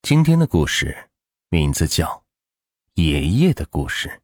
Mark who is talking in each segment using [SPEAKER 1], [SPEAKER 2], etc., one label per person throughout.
[SPEAKER 1] 今天的故事名字叫《爷爷的故事》。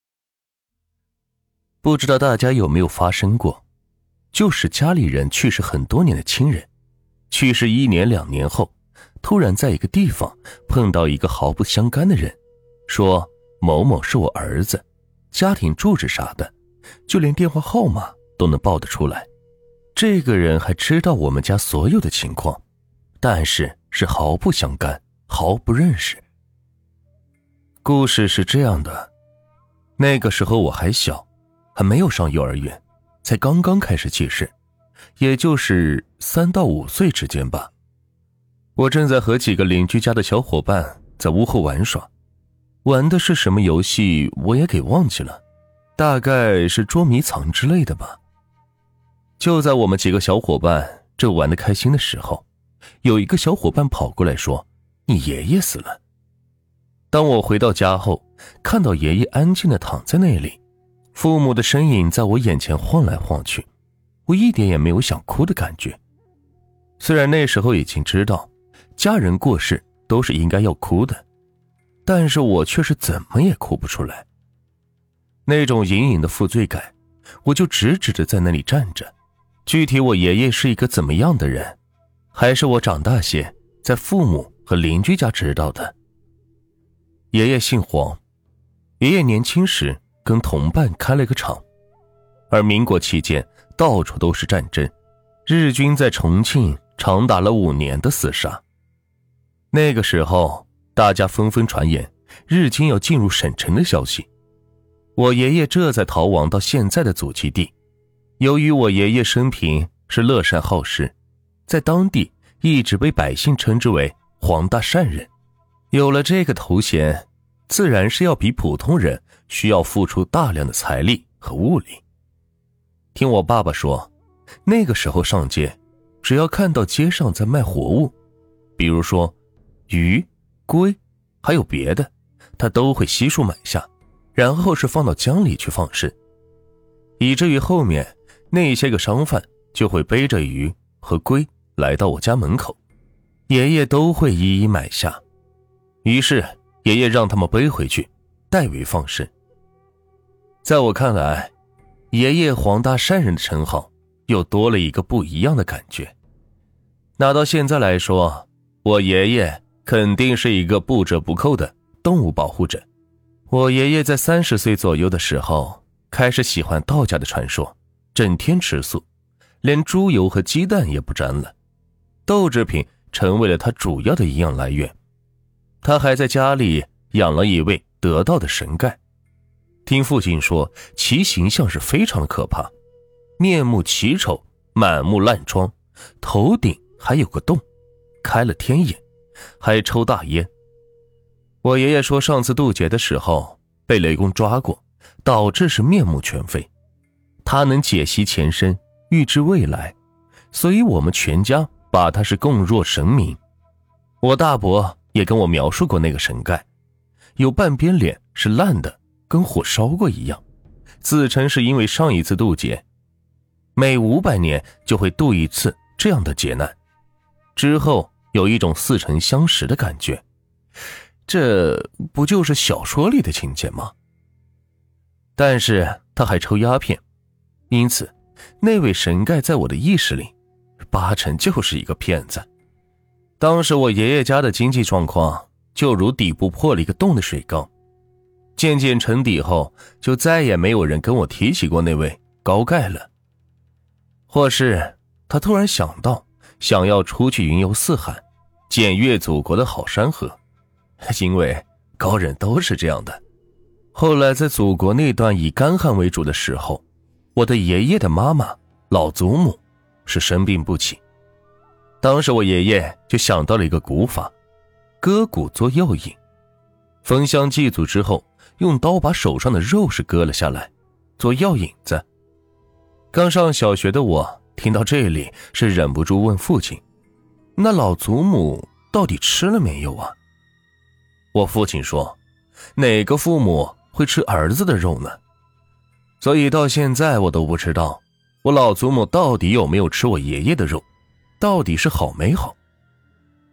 [SPEAKER 1] 不知道大家有没有发生过，就是家里人去世很多年的亲人，去世1年2年后，突然在一个地方碰到一个毫不相干的人，说某某是我儿子，家庭住址啥的，就连电话号码都能报得出来。这个人还知道我们家所有的情况，但是毫不相干，毫不认识。故事是这样的，那个时候我还小，还没有上幼儿园，才刚刚开始记事，也就是3到5岁之间吧。我正在和几个邻居家的小伙伴在屋后玩耍，玩的是什么游戏我也给忘记了，大概是捉迷藏之类的吧。就在我们几个小伙伴正玩得开心的时候，有一个小伙伴跑过来说，你爷爷死了。当我回到家后，看到爷爷安静地躺在那里，父母的身影在我眼前晃来晃去，我一点也没有想哭的感觉。虽然那时候已经知道家人过世都是应该要哭的，但是我却是怎么也哭不出来。那种隐隐的负罪感，我就直直地在那里站着。具体我爷爷是一个怎么样的人，还是我长大些在父母和邻居家知道的。爷爷姓黄，爷爷年轻时跟同伴开了个厂，而民国期间到处都是战争，日军在重庆长达了5年的厮杀。那个时候大家纷纷传言日军要进入省城的消息，我爷爷这才逃亡到现在的祖籍地。由于我爷爷生平是乐善好施，在当地一直被百姓称之为黄大善人，有了这个头衔，自然是要比普通人需要付出大量的财力和物力。听我爸爸说，那个时候上街，只要看到街上在卖活物，比如说鱼、龟，还有别的，他都会悉数买下，然后是放到江里去放生，以至于后面那些个商贩就会背着鱼和龟来到我家门口，爷爷都会一一买下，于是爷爷让他们背回去代为放生。在我看来，爷爷黄大善人的称号又多了一个不一样的感觉。拿到现在来说，我爷爷肯定是一个不折不扣的动物保护者。我爷爷在30岁左右的时候开始喜欢道家的传说，整天吃素，连猪油和鸡蛋也不沾了，豆制品成为了他主要的营养来源。他还在家里养了一位得道的神丐，听父亲说其形象是非常的可怕，面目奇丑，满目烂疮，头顶还有个洞，开了天眼，还抽大烟。我爷爷说上次渡劫的时候被雷公抓过，导致是面目全非，他能解析前身，预知未来，所以我们全家把他是供若神明。我大伯也跟我描述过那个神丐，有半边脸是烂的，跟火烧过一样，自称是因为上一次渡劫，每500年就会渡一次这样的劫难，之后有一种似曾相识的感觉。这不就是小说里的情节吗？但是他还抽鸦片，因此那位神丐在我的意识里8成就是一个骗子。当时我爷爷家的经济状况就如底部破了一个洞的水缸，渐渐沉底后，就再也没有人跟我提起过那位高丐了。或是他突然想到想要出去云游四海，检阅祖国的好山河，因为高人都是这样的。后来在祖国那段以干旱为主的时候，我的爷爷的妈妈老祖母是生病不起，当时我爷爷就想到了一个古法，割骨做药引，焚香祭祖之后，用刀把手上的肉是割了下来做药引子。刚上小学的我听到这里是忍不住问父亲，那老祖母到底吃了没有啊？我父亲说，哪个父母会吃儿子的肉呢？所以到现在我都不知道我老祖母到底有没有吃我爷爷的肉，到底是好没好。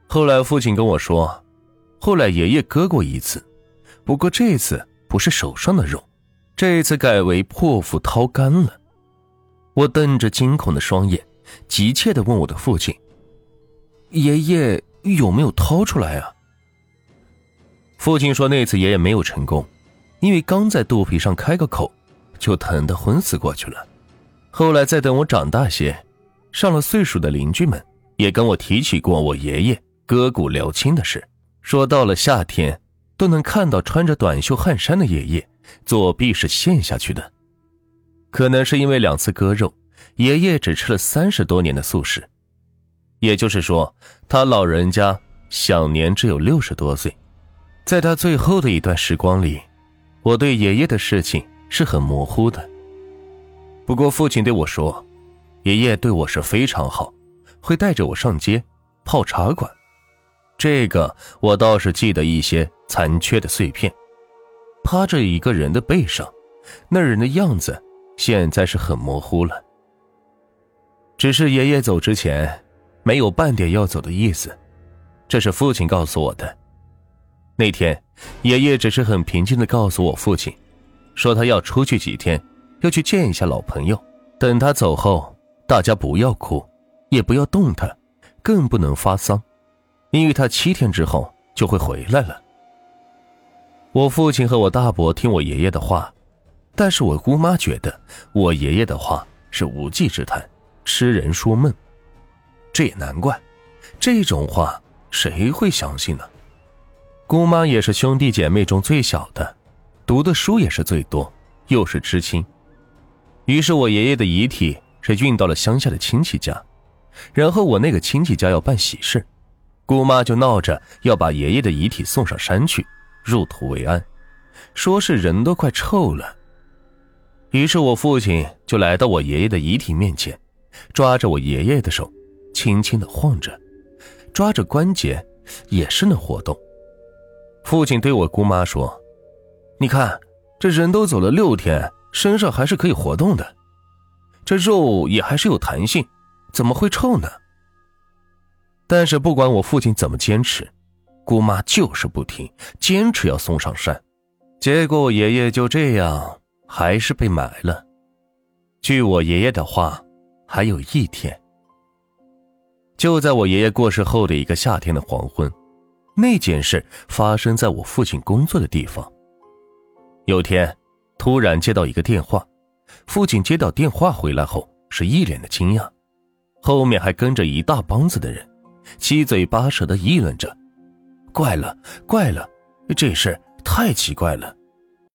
[SPEAKER 1] 后来父亲跟我说，后来爷爷割过一次，不过这次不是手上的肉，这次改为破腹掏肝了。我瞪着惊恐的双眼，急切地问我的父亲，爷爷有没有掏出来啊？父亲说那次爷爷没有成功，因为刚在肚皮上开个口，就疼得昏死过去了。后来再等我长大些，上了岁数的邻居们也跟我提起过我爷爷割骨疗亲的事，说到了夏天都能看到穿着短袖汗衫的爷爷左臂是陷下去的。可能是因为2次割肉，爷爷只吃了30多年的素食，也就是说他老人家享年只有60多岁。在他最后的一段时光里，我对爷爷的事情是很模糊的。不过父亲对我说，爷爷对我是非常好，会带着我上街泡茶馆，这个我倒是记得一些残缺的碎片。趴着一个人的背上，那人的样子现在是很模糊了。只是爷爷走之前没有半点要走的意思，这是父亲告诉我的。那天爷爷只是很平静地告诉我父亲，说他要出去几天，要去见一下老朋友，等他走后大家不要哭，也不要动他，更不能发丧，因为他7天之后就会回来了。我父亲和我大伯听我爷爷的话，但是我姑妈觉得我爷爷的话是无稽之谈，痴人说梦。这也难怪，这种话谁会相信呢？姑妈也是兄弟姐妹中最小的，读的书也是最多，又是知青。于是我爷爷的遗体是运到了乡下的亲戚家，然后我那个亲戚家要办喜事，姑妈就闹着要把爷爷的遗体送上山去，入土为安，说是人都快臭了。于是我父亲就来到我爷爷的遗体面前，抓着我爷爷的手轻轻地晃着，抓着关节也是能活动。父亲对我姑妈说，你看这人都走了6天，身上还是可以活动的，这肉也还是有弹性，怎么会臭呢？但是不管我父亲怎么坚持，姑妈就是不听，坚持要送上山。结果我爷爷就这样还是被埋了。据我爷爷的话，还有1天。就在我爷爷过世后的一个夏天的黄昏，那件事发生在我父亲工作的地方。有天突然接到一个电话，父亲接到电话回来后是一脸的惊讶，后面还跟着一大帮子的人，七嘴八舌地议论着，怪了怪了，这事太奇怪了。